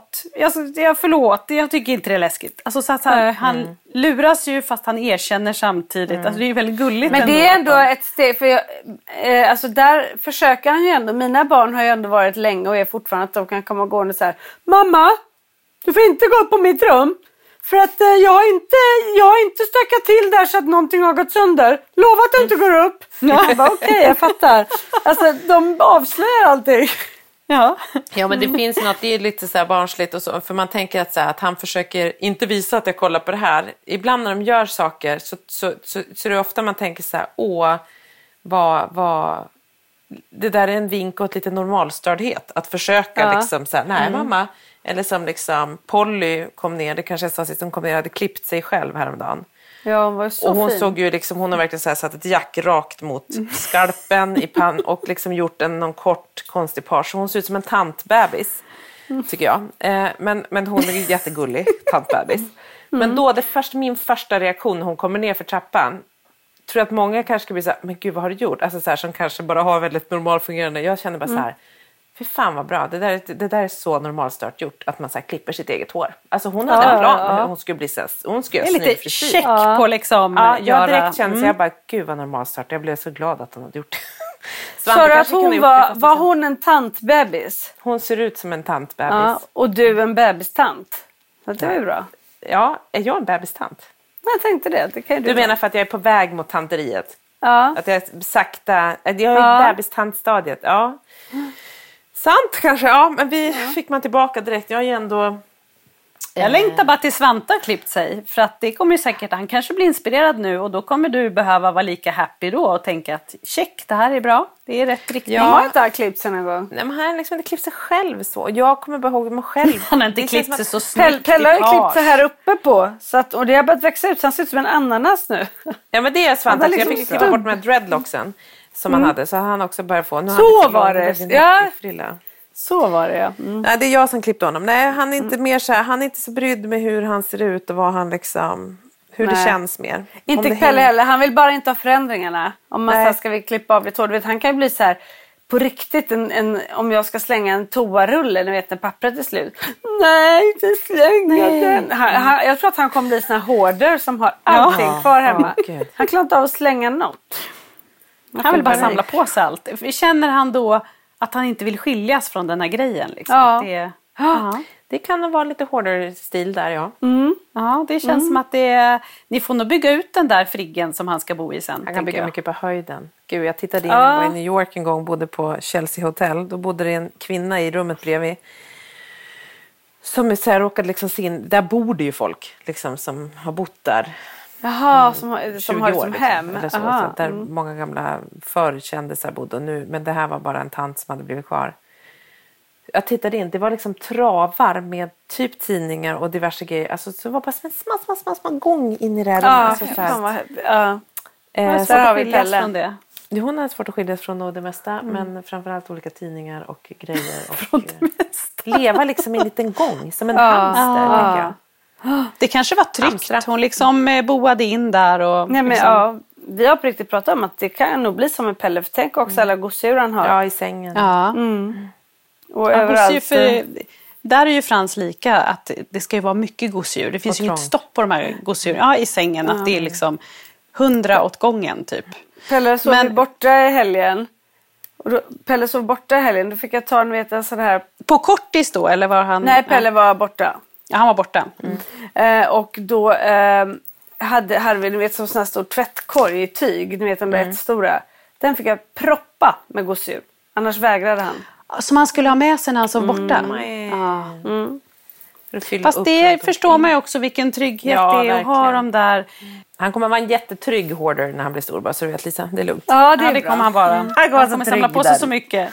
Förlåt. Jag tycker inte det är läskigt. Alltså så att han luras ju fast han erkänner samtidigt. Alltså det är ju väldigt gulligt. Men det är ändå ett steg. För alltså där försöker han ju ändå. Mina barn har ju ändå varit länge och är fortfarande att de kan komma och gå och så här. Mamma, du får inte gå upp på mitt rum. För att jag har inte stökat till där så att någonting har gått sönder. Lova att du inte går upp. Jag bara, okej, jag fattar. Alltså de avslöjar allting. Ja, men det finns något, det är lite så här barnsligt och så, för man tänker att, så här, att han försöker inte visa att jag kollar på det här. Ibland när de gör saker så är det ofta man tänker så här, vad det där är en vink åt lite normalstördhet. Att försöka liksom så här, nej mamma. Eller som liksom Polly kom ner, det kanske är så som kom ner, hade klippt sig själv häromdagen. Ja, hon var så och hon fin. såg ju liksom, hon har verkligen så här satt ett jack rakt mot skalpen i pann och liksom gjort någon kort konstig par. Så hon ser ut som en tantbebis. tycker jag. Men hon är jättegullig, tantbebis. Men då, min första reaktion när hon kommer ner för trappan, tror jag att många kanske ska bli så här, men gud vad har du gjort? Alltså så här, som kanske bara har väldigt normalfungerande. Jag känner bara så här, för fan vad bra. Det där är så normalstört gjort, att man så här klipper sitt eget hår. Alltså hon hade en plan. Hon skulle bli hon skulle göra lite frisyr. check på liksom jag direkt kände så jag bara, gud vad normalstört. Jag blev så glad att hon hade gjort det. För att hon var hon en tantbebis? Hon ser ut som en tantbebis. Ja, och du en bebistant. Det är bra. Ja, är jag en bebistant? Jag tänkte det kan du menar för att jag är på väg mot tanteriet? Ja. Att jag sakta... Jag är i bebistantstadiet. Ja. Sant kanske, ja. Men fick man tillbaka direkt. Jag är ändå... Jag längtar bara till Svante har klippt sig. För att det kommer ju säkert, han kanske blir inspirerad nu. Och då kommer du behöva vara lika happy då. Och tänka att check, det här är bra. Det är rätt riktning. Jag har inte klippt sig någon gång. Nej, men han har liksom inte klippt sig själv så. Jag kommer bara ihåg mig själv. Han har inte klippt sig så snyggt. Pelle har ju klippt sig här uppe på. Så att, och det har börjat växa ut. Så han ser ut som en ananas nu. Ja, men det är Svante. Liksom jag fick klippa bort med dreadlocksen. Som han hade. Så han också började få. Nu så var det. Ja. Så var det, ja. Nej, det är jag som klippte honom. Nej, han är inte mer så här, han är inte så brydd med hur han ser ut och vad han liksom, hur det känns mer. Inte Pelle heller. Han vill bara inte ha förändringarna. Om man så ska vi klippa av lite hår. Du vet, han kan ju bli så här på riktigt om jag ska slänga en toarulle, ni vet när pappret är slut. Nej, inte slänga den. Jag tror att han kommer bli sån här hoarder som har allting kvar hemma. Han klarar inte av att slänga något. Han vill bara samla på sig allt. Känner han då att han inte vill skiljas från den här grejen? Liksom? Ja. Det kan nog vara lite hårdare stil där, ja. Ja, det känns som att ni får nog bygga ut den där friggen som han ska bo i sen. Han kan bygga mycket på höjden. Gud, jag tittade in, jag var i New York en gång, bodde på Chelsea Hotel. Då bodde det en kvinna i rummet bredvid. Som så här råkade liksom se in, där bor det ju folk liksom, som har bott där. Jaha, som har det som liksom, hem. Eller så där många gamla förkändisar bodde nu. Men det här var bara en tant som hade blivit kvar. Jag tittade in, det var liksom travar med typ tidningar och diverse grejer. Alltså det var bara som en små gång in i det här. Alltså, så har vi Pelle från det. Hon har svårt att skiljas från det mesta. Men framförallt olika tidningar och grejer. Och från det mesta. Leva liksom i en liten gång, som en hamster, tänker jag. Det kanske var tryggt. Hon liksom boade in där. Och nej, men, liksom... vi har på riktigt pratat om att det kan nog bli som en Pelle. För tänk också alla gosedjur han har. Ja, i sängen. Ja. Och överallt. Där är ju Frans lika. Att det ska ju vara mycket gosedjur. Det finns ju inget stopp på de här gosedjuren. Ja, i sängen. Att det är liksom 100 åt gången typ. Pelle sov borta i helgen. Och då, Pelle sov borta i helgen. Då fick jag ta en sån här... På kortis då? Eller var han... Nej, Pelle var borta. Ja, han var borta. Och då hade vi, ni vet, sån här stor tvättkorg i tyg. Ni vet, de där jättestora. Den fick jag proppa med gosedjur. Annars vägrade han. Som han skulle ha med sig när han sov borta? Fast det förstår man ju också vilken trygghet det är att ha dem där. Han kommer vara en jättetrygg hoarder när han blir stor. Bara så du vet, Lisa, det är lugnt. Ja, det kommer han vara. Han kommer samla på sig så mycket.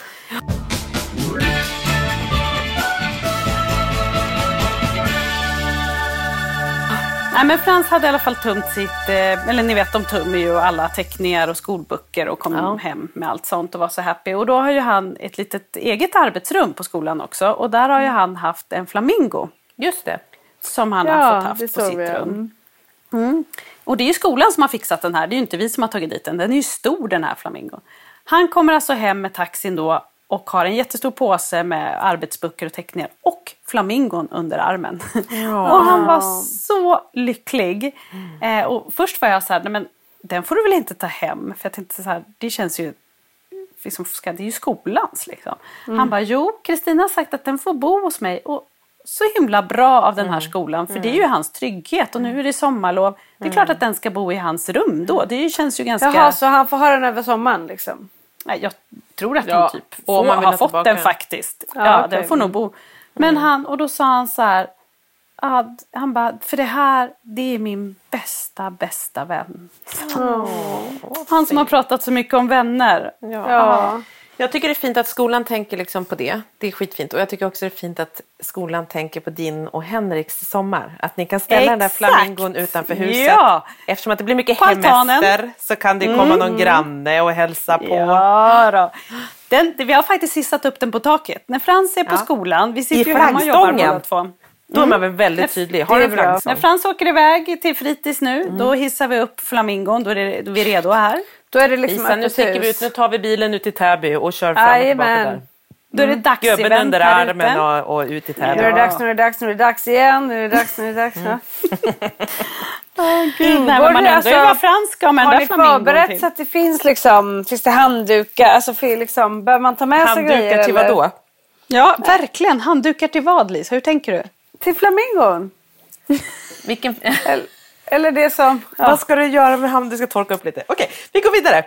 Nej, men Frans hade i alla fall tömt sitt, eller ni vet, de tömmer ju alla teckningar och skolböcker och kom hem med allt sånt och var så happy. Och då har ju han ett litet eget arbetsrum på skolan också, och där har ju han haft en flamingo. Just det. Som han har fått haft på sitt rum. Och det är ju skolan som har fixat den här, det är ju inte vi som har tagit dit den. Den är ju stor, den här flamingon. Han kommer alltså hem med taxin då och har en jättestor påse med arbetsböcker och teckningar och flamingon under armen. Och han var så lycklig. Och först var jag så här, nej men den får du väl inte ta hem? För jag tänkte så här, det känns ju, liksom, det är ju skolans liksom. Han bara, jo, Kristina har sagt att den får bo hos mig. Och så himla bra av den här skolan, för det är ju hans trygghet. Och nu är det sommarlov. Det är klart att den ska bo i hans rum då. Det känns ju ganska... Jaha, så han får ha den över sommaren liksom? Jag tror att hon typ har fått den faktiskt. Ja, den får nog bo. Men och då sa han så här, han bara, för det här, det är min bästa vän. Han som har pratat så mycket om vänner. Ja. Jag tycker det är fint att skolan tänker liksom på det. Det är skitfint. Och jag tycker också det är fint att skolan tänker på din och Henriks sommar. Att ni kan ställa den där flamingon utanför huset. Ja. Eftersom att det blir mycket hemester så kan det komma någon granne och hälsa på. Ja då. Vi har faktiskt hissat upp den på taket. När Frans är på skolan, vi sitter ju hemma och jobbar båda två. Då är man väl väldigt tydlig. Har du när Frans åker iväg till fritids nu, då hissar vi upp flamingon. Då är vi redo här. Då är det liksom nu sticker vi ut, nu tar vi bilen ut till Täby och kör fram och tillbaka där. Då är det dagsevent Gubben under armen och ut i Täby. Nu är det dags igen. Nu är det dags. Gud, man undrar vad Frans ska med den där flamingon till. Har ni förberett så att det finns det handdukar? Alltså behöver man ta med sig grejer? Handdukar till vad då? Ja, verkligen. Handdukar till vad, Lis? Hur tänker du? Till flamingon. Vilken... Eller det som... Ja. Vad ska du göra med hand? Du ska torka upp lite. Okej, vi går vidare.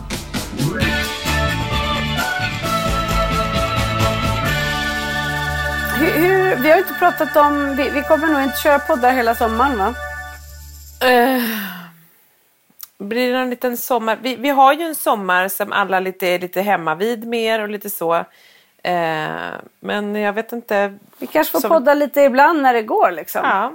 Vi har inte pratat om... Vi kommer nog inte köra poddar hela sommaren, va? Blir det en liten sommar? Vi har ju en sommar som alla är lite hemma vid mer och lite så. Men jag vet inte... Vi kanske får podda lite ibland när det går liksom. Ja.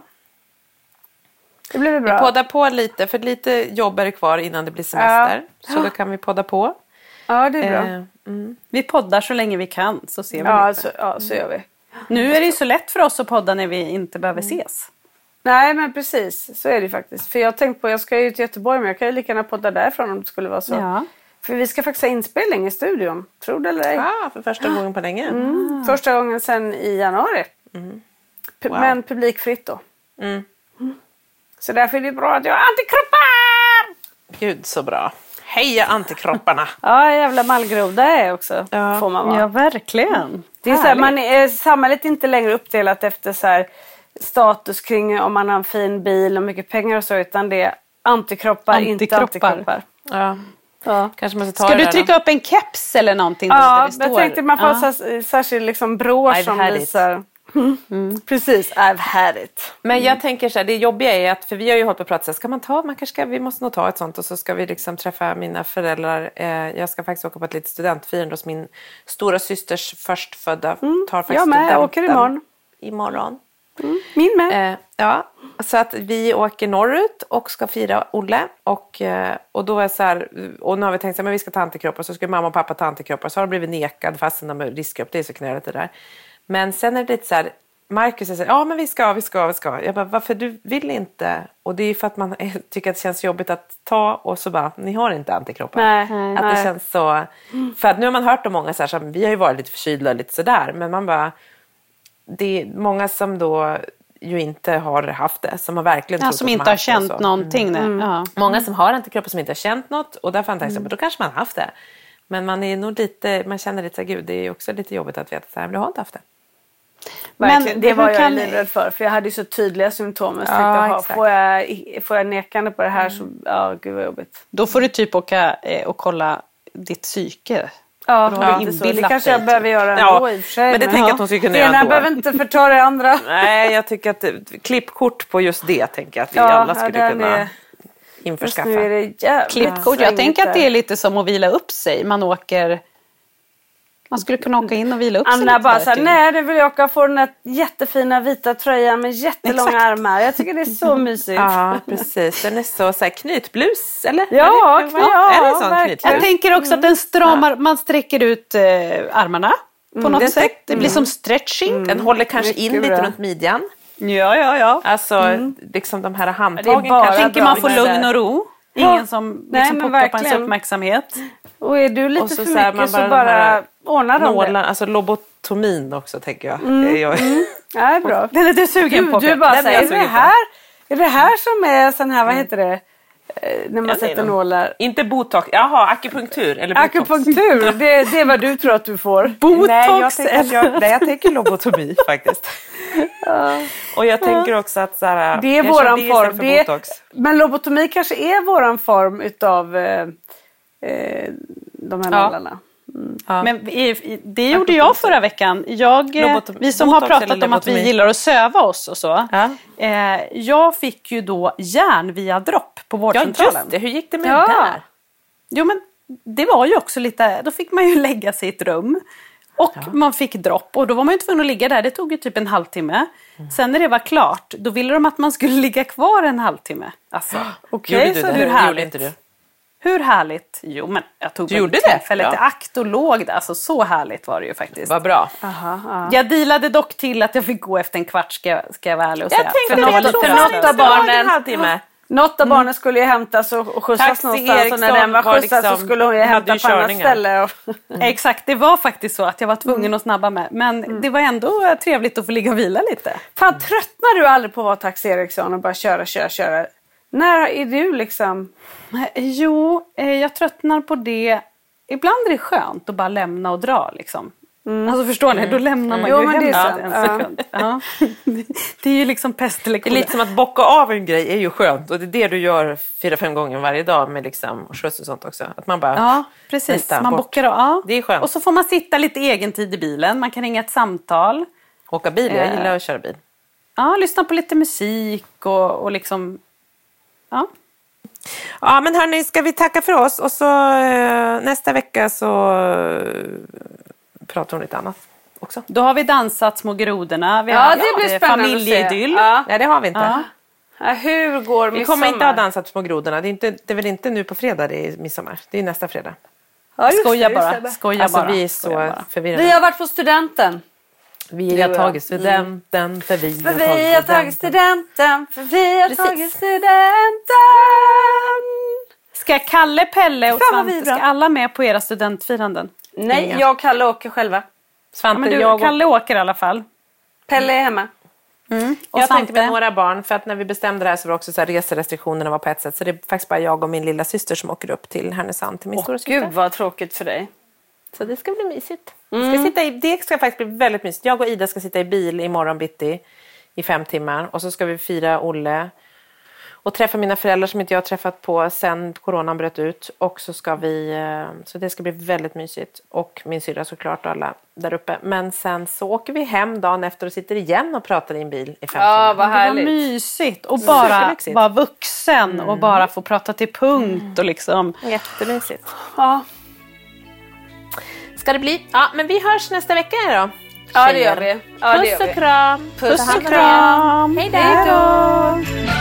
Det blir bra. Vi poddar på lite, för lite jobb är det kvar innan det blir semester. Ja. Så då kan vi podda på. Ja, det är bra. Vi poddar så länge vi kan, så ser vi lite. Så gör vi. Nu är det ju så lätt för oss att podda när vi inte behöver ses. Nej, men precis. Så är det faktiskt. För jag har tänkt på, jag ska ju till Göteborg, men jag kan ju lika gärna podda därifrån om det skulle vara så. Ja. För vi ska faktiskt ha inspelning i studion. Tror det eller ej? Ja, för första gången på länge. Första gången sedan i januari. Wow. Men publikfritt då. Så därför är det bra att jag har antikroppar! Gud så bra. Heja antikropparna! Ja, jävla mallgroda är också. Ja. Får man vara. Ja, verkligen. Det är så här, samhället är inte längre uppdelat efter så här status kring om man har en fin bil och mycket pengar och så, utan det är antikroppar. Inte antikroppar. Ja. Ja. Kanske man ska du trycka upp en keps eller någonting? Ja, där det står? Jag tänkte man får särskild liksom brosch som visar. Precis, I've had it. Men jag tänker så här, det jobbiga är att, för vi har ju hållit på att prata, vi måste nog ta ett sånt och så ska vi liksom träffa mina föräldrar. Jag ska faktiskt åka på ett litet studentfirande hos min stora systers förstfödda. Tar faktiskt jag med, jag åker imorgon. Min med. Ja, så att vi åker norrut och ska fira Olle och då är så här, och nu har vi tänkt att vi ska ta antikroppar, så ska mamma och pappa ta antikroppar, så har de blivit nekad fastän de är riskgrupp, det är så knöligt det där. Men sen är det lite så här, Marcus säger ja men vi ska. Jag bara, varför du vill inte? Och det är ju för att man tycker att det känns jobbigt att ta och så bara, ni har inte antikroppar. Nej. Det känns så, för att nu har man hört om många så här, så vi har ju varit lite förkylda och lite sådär, men man bara, det är många som då ju inte har haft det, som har verkligen trott som inte har känt någonting. Många som har antikroppar som inte har känt något, och därför har man tänkt då kanske man har haft det. Men man är nog lite, man känner lite så här, gud, det är också lite jobbigt att veta så här, men du har inte haft det. Men det var jag livrädd för jag hade ju så tydliga symptom. Så får jag nekande på det här så, gud vad jobbigt. Då får du typ åka och kolla ditt psyke. Ja, det kanske jag behöver göra ändå i och för sig. Men det tänker jag att hon skulle kunna göra ändå. Behöver inte förta det andra. Nej, jag tycker att klippkort på just det tänker jag att vi alla skulle kunna införskaffa. Klippkort, jag tänker att det är lite som att vila upp sig. Man skulle kunna åka in och vila upp sig. Anna bara såhär, nej det vill jag åka, få den där jättefina vita tröjan med jättelånga armar. Jag tycker det är så mysigt. Ja, precis. Den är så här knytblus, eller? Ja, är det sån knytblus? Jag tänker också att den stramar, man sträcker ut armarna på något sätt. Det blir som stretching. Den håller kanske in lite runt midjan. Ja. Alltså, liksom de här handtagen kanske. Tänker man får lugn och ro. Ingen som liksom pockar på ens uppmärksamhet. Och är du lite för mycket så bara ordnar de det. Alltså lobotomin också tänker jag. Ja, bra. Den är du sugen på. Du bara säger, är det här som är sån här, vad heter det? När man sätter nålar. Inte botox. Jaha, akupunktur. Eller botox. Akupunktur, det är vad du tror att du får. Botox? Nej, jag tänker lobotomi faktiskt. Och jag tänker också att så här, det är våran form. Men lobotomi kanske är våran form utav de här nålarna. Ja. Men det gjorde jag förra veckan. Vi som har pratat om att vi gillar att söva oss och så. Jag fick ju då järn via dropp på vårdcentralen. Ja, just det. Hur gick det med det där? Jo, men det var ju också lite, då fick man ju lägga sig i ett rum. Och man fick dropp och då var man ju tvungen att ligga där. Det tog ju typ en halvtimme. Sen när det var klart, då ville de att man skulle ligga kvar en halvtimme. Alltså, Okej, så hur härligt? Inte du? Hur härligt? Jo, men jag tog tillfället i akt och låg där. Alltså så härligt var det ju faktiskt. Vad bra. Jag dealade dock till att jag fick gå efter en kvart, ska jag vara ärlig och säga. För något av barnen... Något av barnen skulle ju hämtas och skjutsas någonstans. Och när den var skjutsad så skulle hon ju hämta på annat ställe. Exakt, det var faktiskt så att jag var tvungen att snabba med. Men det var ändå trevligt att få ligga och vila lite. Fan, tröttnar du aldrig på att vara Taxi Eriksson och bara köra? När är du liksom... Jo, jag tröttnar på det. Ibland är det skönt att bara lämna och dra liksom. Alltså förstår ni, då lämnar man ju hem en sekund. Ja. Det är ju liksom pest eller Det är lite som att bocka av en grej är ju skönt. Och det är det du gör 4-5 gånger varje dag med liksom skjuts och sånt också. Att man bara... Ja, precis. Man bockar av. Ja. Det är skönt. Och så får man sitta lite egen tid i bilen. Man kan ringa ett samtal. Åka bil, jag gillar att köra bil. Ja, lyssna på lite musik och liksom... Ja. Ja, men hörni, ska vi tacka för oss? Och så nästa vecka så pratar hon lite annat också. Då har vi dansat Små grodorna. Vi har det blir spännande familjeidyll. Nej, det har vi inte. Ja, hur går midsommar? Vi kommer inte ha dansat Små grodorna. Det är väl inte nu på fredag det är midsommar. Det är nästa fredag. Ja, Skoja bara. Vi är så förvirrade. Vi har varit på studenten. Vi har tagit studenten för vi har tagit studenten. Ska Kalle, Pelle och Svante, ska alla med på era studentfiranden? Nej, jag och Kalle åker själva. Svante, Kalle åker i alla fall. Pelle är hemma. Och jag Svante? tänkte med några barn, för att när vi bestämde det här så var också så här, reserestriktionerna var på ett sätt. Så det är faktiskt bara jag och min lilla syster som åker upp till Härnösand till min stora syster. Gud vad tråkigt för dig. Så det ska bli mysigt. Det ska faktiskt bli väldigt mysigt. Jag och Ida ska sitta i bil imorgon bitti i 5 timmar. Och så ska vi fira Olle. Och träffa mina föräldrar som inte jag har träffat på sen coronan bröt ut. Och så ska vi... Så det ska bli väldigt mysigt. Och min syrra såklart och alla där uppe. Men sen så åker vi hem dagen efter och sitter igen och pratar i en bil i 5 timmar. Ja, vad härligt. Det var mysigt. Och bara vara vuxen och bara få prata till punkt och liksom... Jättemysigt. Ja. Ska det bli? Ja, men vi hörs nästa vecka då. Ja, det gör vi. Puss och kram. Puss och kram. Hej då.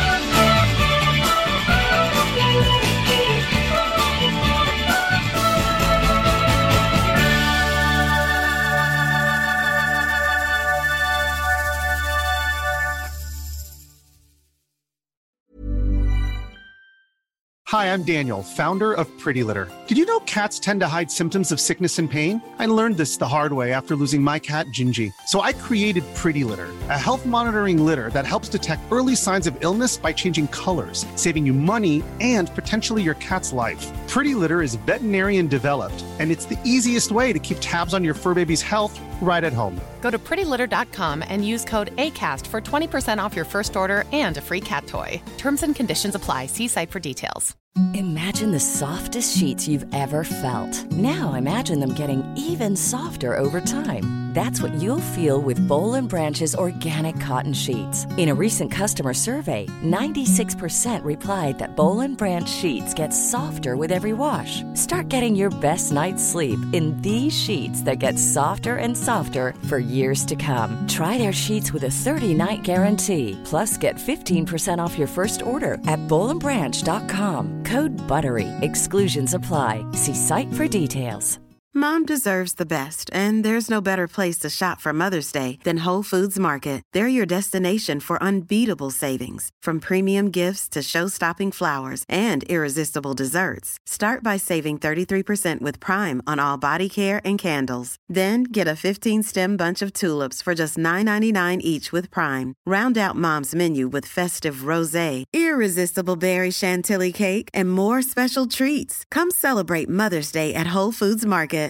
Hi, I'm Daniel, founder of Pretty Litter. Did you know cats tend to hide symptoms of sickness and pain? I learned this the hard way after losing my cat, Gingy. So I created Pretty Litter, a health monitoring litter that helps detect early signs of illness by changing colors, saving you money and potentially your cat's life. Pretty Litter is veterinarian developed, and it's the easiest way to keep tabs on your fur baby's health right at home. Go to prettylitter.com and use code ACAST for 20% off your first order and a free cat toy. Terms and conditions apply. See site for details. Imagine the softest sheets you've ever felt. Now imagine them getting even softer over time. That's what you'll feel with Boll & Branch's organic cotton sheets. In a recent customer survey, 96% replied that Boll & Branch sheets get softer with every wash. Start getting your best night's sleep in these sheets that get softer and softer for years to come. Try their sheets with a 30-night guarantee. Plus, get 15% off your first order at bollandbranch.com. Code BUTTERY. Exclusions apply. See site for details. Mom deserves the best, and there's no better place to shop for Mother's Day than Whole Foods Market. They're your destination for unbeatable savings, from premium gifts to show-stopping flowers and irresistible desserts. Start by saving 33% with Prime on all body care and candles. Then get a 15-stem bunch of tulips for just $9.99 each with Prime. Round out Mom's menu with festive rosé, irresistible berry chantilly cake, and more special treats. Come celebrate Mother's Day at Whole Foods Market.